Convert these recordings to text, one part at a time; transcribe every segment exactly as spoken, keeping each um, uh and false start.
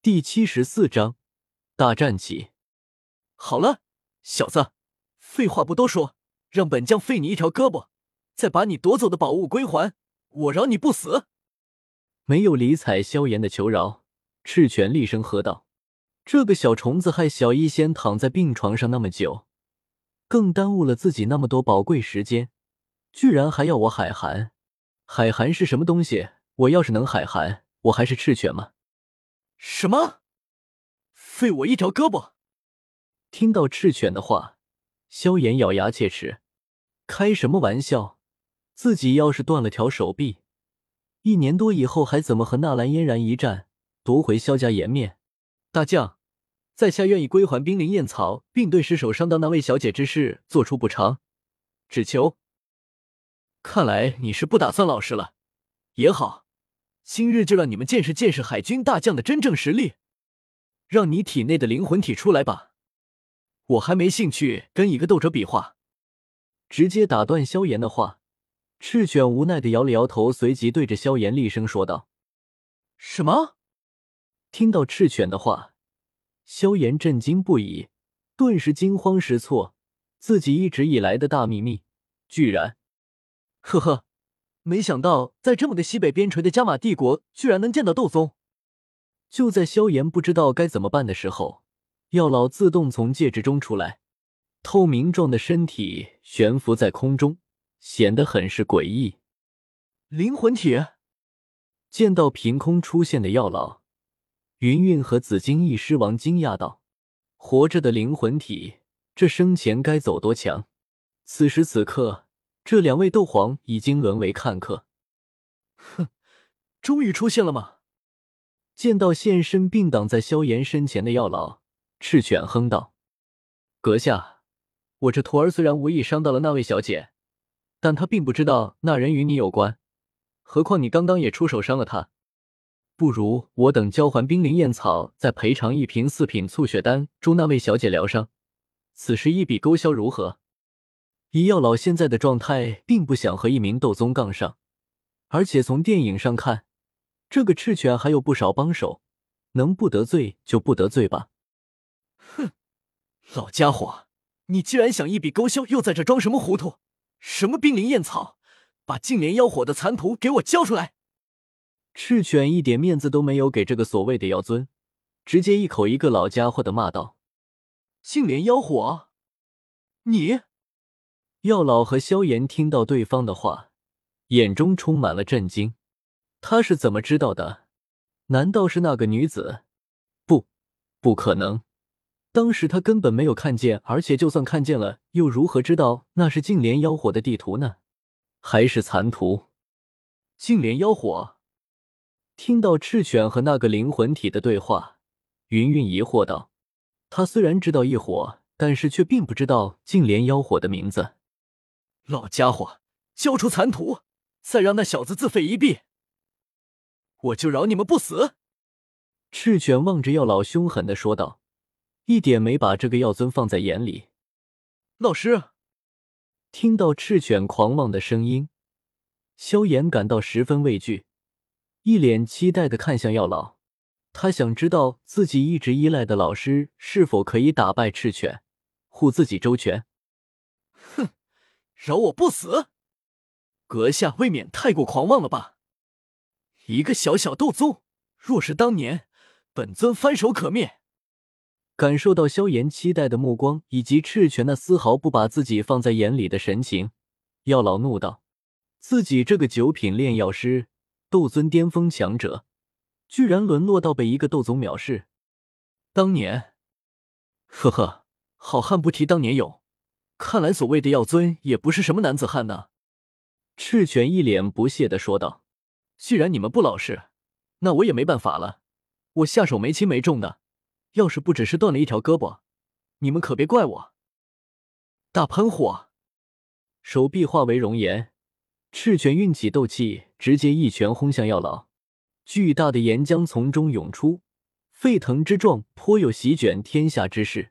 第七十四章大战起。 好了，小子，废话不多说，让本将废你一条胳膊，再把你夺走的宝物归还，我饶你不死。 没有理睬萧炎的求饶，赤犬厉声喝道：“这个小虫子害小医仙躺在病床上那么久，更耽误了自己那么多宝贵时间，居然还要我海涵？海涵是什么东西？我要是能海涵，我还是赤犬吗？” 什么？废我一条胳膊？ 听到赤犬的话，萧炎咬牙切齿，开什么玩笑？自己要是断了条手臂，一年多以后还怎么和纳兰嫣然一战，夺回萧家颜面？ 大将，在下愿意归还冰灵燕草，并对失手伤到那位小姐之事做出补偿，只求……看来你是不打算老实了。也好，今日就让你们见识见识海军大将的真正实力，让你体内的灵魂体出来吧。我还没兴趣跟一个斗者比划。 直接打断萧炎的话，赤犬无奈地摇了摇头，随即对着萧炎厉声说道：“ 什么？” 听到赤犬的话，萧炎震惊不已，顿时惊慌失措，自己一直以来的大秘密，居然…… 呵呵，没想到在这么个西北边陲的加玛帝国，居然能见到斗宗。 就在萧炎不知道该怎么办的时候，药老自动从戒指中出来，透明状的身体悬浮在空中，显得很是诡异。 灵魂体？ 见到凭空出现的药老，云云和紫金翼狮王惊讶道：“活着的灵魂体，这生前该走多强？”此时此刻，这两位斗皇已经沦为看客。 哼，终于出现了吗？ 见到现身并挡在萧炎身前的药老，赤犬哼道：“阁下，我这徒儿虽然无意伤到了那位小姐，但他并不知道那人与你有关，何况你刚刚也出手伤了他。不如我等交还冰灵燕草，再赔偿一瓶四品促血丹，助那位小姐疗伤，此时一笔勾销如何？”以药老现在的状态，并不想和一名斗宗杠上，而且从电影上看，这个赤犬还有不少帮手，能不得罪就不得罪吧。 哼，老家伙，你既然想一笔勾销，又在这装什么糊涂？什么冰灵燕草，把净莲妖火的残图给我交出来！ 赤犬一点面子都没有给这个所谓的妖尊，直接一口一个老家伙的骂道：“ 净莲妖火？你？” 药老和萧炎听到对方的话，眼中充满了震惊。他是怎么知道的？难道是那个女子？不，不可能。当时他根本没有看见，而且就算看见了，又如何知道那是净莲妖火的地图呢？还是残图？ 净莲妖火？ 听到赤犬和那个灵魂体的对话，云云疑惑道：“他虽然知道异火，但是却并不知道净莲妖火的名字。” 老家伙，交出残图，再让那小子自废一臂，我就饶你们不死！ 赤犬望着药老凶狠地说道，一点没把这个药尊放在眼里。 老师， 听到赤犬狂妄的声音，萧炎感到十分畏惧，一脸期待地看向药老。他想知道自己一直依赖的老师是否可以打败赤犬，护自己周全。 哼，饶我不死！阁下未免太过狂妄了吧？一个小小斗宗，若是当年，本尊翻手可灭。 感受到萧炎期待的目光以及赤犬那丝毫不把自己放在眼里的神情，药老怒道：“自己这个九品炼药师，斗尊巅峰强者，居然沦落到被一个斗宗藐视。 当年，呵呵，好汉不提当年勇，看来所谓的药尊也不是什么男子汉呢。” 赤犬一脸不屑地说道：“ 既然你们不老实，那我也没办法了。我下手没轻没重的，要是不只是断了一条胳膊，你们可别怪我。”大喷火， 手臂化为熔岩，赤犬运起斗气，直接一拳轰向药老。巨大的岩浆从中涌出，沸腾之状颇有席卷天下之势。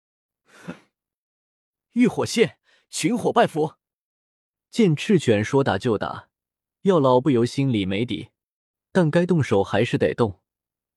浴火线，群火拜佛。 见赤犬说打就打，药老不由心里没底，但该动手还是得动。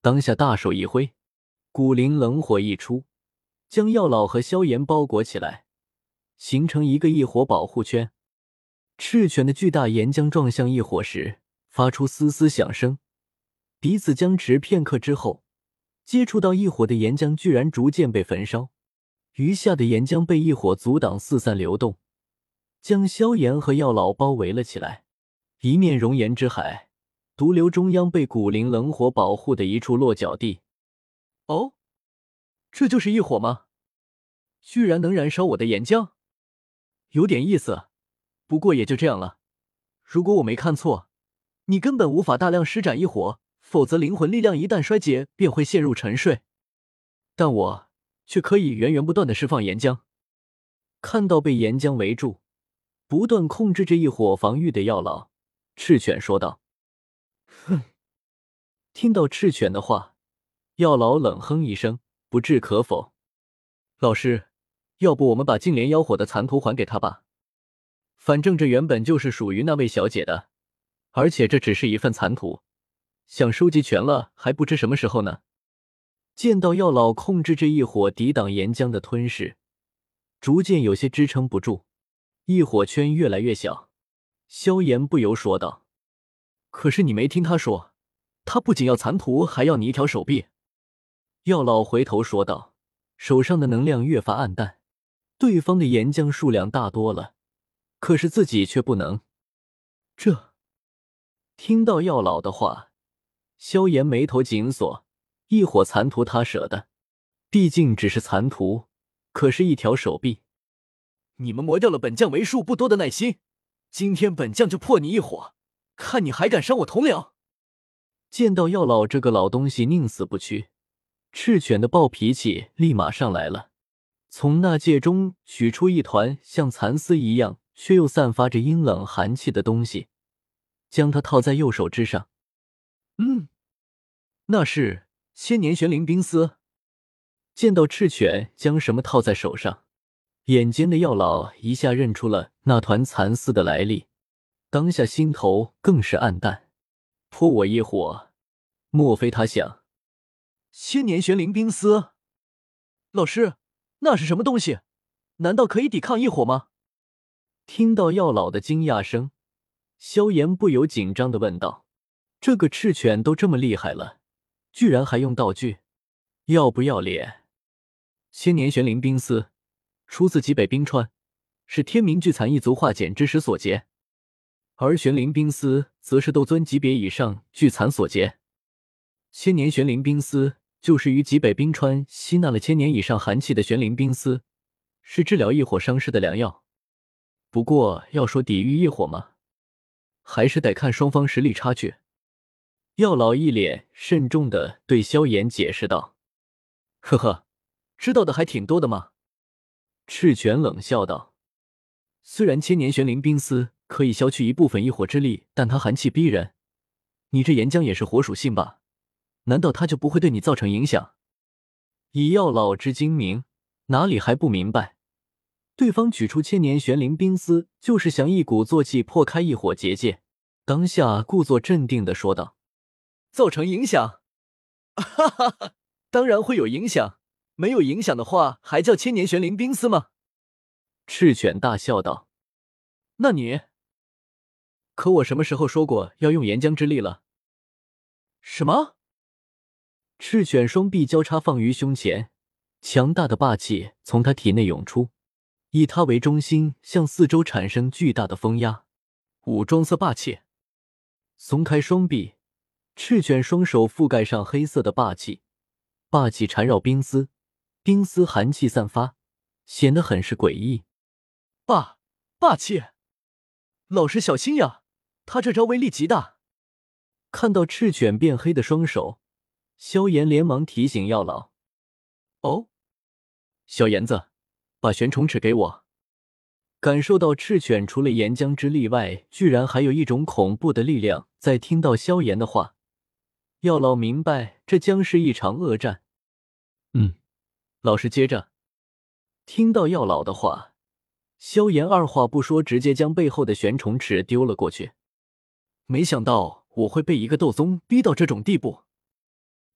当下大手一挥，古灵冷火一出，将药老和萧炎包裹起来，形成一个异火保护圈。赤犬的巨大岩浆撞向异火时，发出嘶嘶响声，彼此僵持片刻之后，接触到异火的岩浆居然逐渐被焚烧，余下的岩浆被异火阻挡四散流动，将萧炎和药老包围了起来。一面熔岩之海，毒瘤中央被古灵冷火保护的一处落脚地。 哦，这就是异火吗？居然能燃烧我的岩浆，有点意思。不过也就这样了。如果我没看错，你根本无法大量施展异火，否则灵魂力量一旦衰竭，便会陷入沉睡。但我却可以源源不断的释放岩浆。 看到被岩浆围住，不断控制着异火防御的药老，赤犬说道：“ 哼！” 听到赤犬的话，药老冷哼一声，不置可否：“ 老师，要不我们把净莲妖火的残图还给他吧？反正这原本就是属于那位小姐的，而且这只是一份残图，想收集全了还不知什么时候呢。” 见到药老控制着异火抵挡岩浆的吞噬，逐渐有些支撑不住，异火圈越来越小。萧炎不由说道：“ 可是你没听他说，他不仅要残图，还要你一条手臂。” 药老回头说道，手上的能量越发暗淡。对方的岩浆数量大多了，可是自己却不能。 这…… 听到药老的话，萧炎眉头紧锁。异火残图他舍得，毕竟只是残图，可是一条手臂。 你们磨掉了本将为数不多的耐心，今天本将就破你一火，看你还敢伤我同僚！ 见到药老这个老东西宁死不屈，赤犬的暴脾气立马上来了，从纳戒中取出一团像蚕丝一样却又散发着阴冷寒气的东西，将它套在右手之上。 嗯，那是千年玄灵冰丝。 见到赤犬将什么套在手上，眼尖的药老一下认出了那团蚕丝的来历，当下心头更是暗淡。泼我一火，莫非他想…… 千年玄灵冰丝？老师，那是什么东西？难道可以抵抗异火吗？ 听到药老的惊讶声，萧炎不由紧张地问道：“这个赤犬都这么厉害了，居然还用道具，要不要脸？” 千年玄灵冰丝出自极北冰川，是天冥巨蚕一族化茧之时所结，而玄灵冰丝则是斗尊级别以上巨蚕所结。千年玄灵冰丝就是于极北冰川吸纳了千年以上寒气的玄灵冰丝，是治疗异火伤势的良药。不过要说抵御异火嘛，还是得看双方实力差距。 药老一脸慎重地对萧炎解释道：“ 呵呵，知道的还挺多的嘛。” 赤犬冷笑道：“ 虽然千年玄灵冰丝可以消去一部分异火之力，但它寒气逼人，你这岩浆也是火属性吧？难道它就不会对你造成影响？” 以药老之精明，哪里还不明白？对方取出千年玄灵冰丝，就是想一鼓作气破开异火结界。当下故作镇定地说道：“ 造成影响？哈哈哈，当然会有影响。没有影响的话，还叫千年玄灵冰丝吗？” 赤犬大笑道：“ 那你……可我什么时候说过要用岩浆之力了？”什么？ 赤犬双臂交叉放于胸前，强大的霸气从他体内涌出，以他为中心向四周产生巨大的风压。 武装色霸气。 松开双臂，赤犬双手覆盖上黑色的霸气，霸气缠绕冰丝，冰丝寒气散发，显得很是诡异。 霸霸气，老师小心呀，他这招威力极大。 看到赤犬变黑的双手，萧炎连忙提醒药老：“ 哦，小炎子，把玄虫齿给我。” 感受到赤犬除了岩浆之力外，居然还有一种恐怖的力量。在听到萧炎的话，药老明白这将是一场恶战。 嗯，老师接着。 听到药老的话，萧炎二话不说，直接将背后的玄虫齿丢了过去。 没想到我会被一个斗宗逼到这种地步。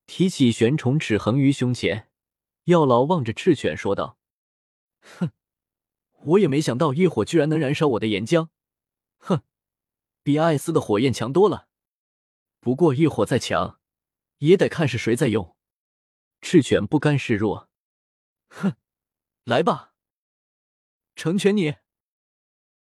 提起玄虫齿横于胸前，药老望着赤犬说道：“ 哼，我也没想到业火居然能燃烧我的岩浆，哼，比艾斯的火焰强多了。不过业火再强，也得看是谁在用。” 赤犬不甘示弱：“ 哼，来吧，成全你。”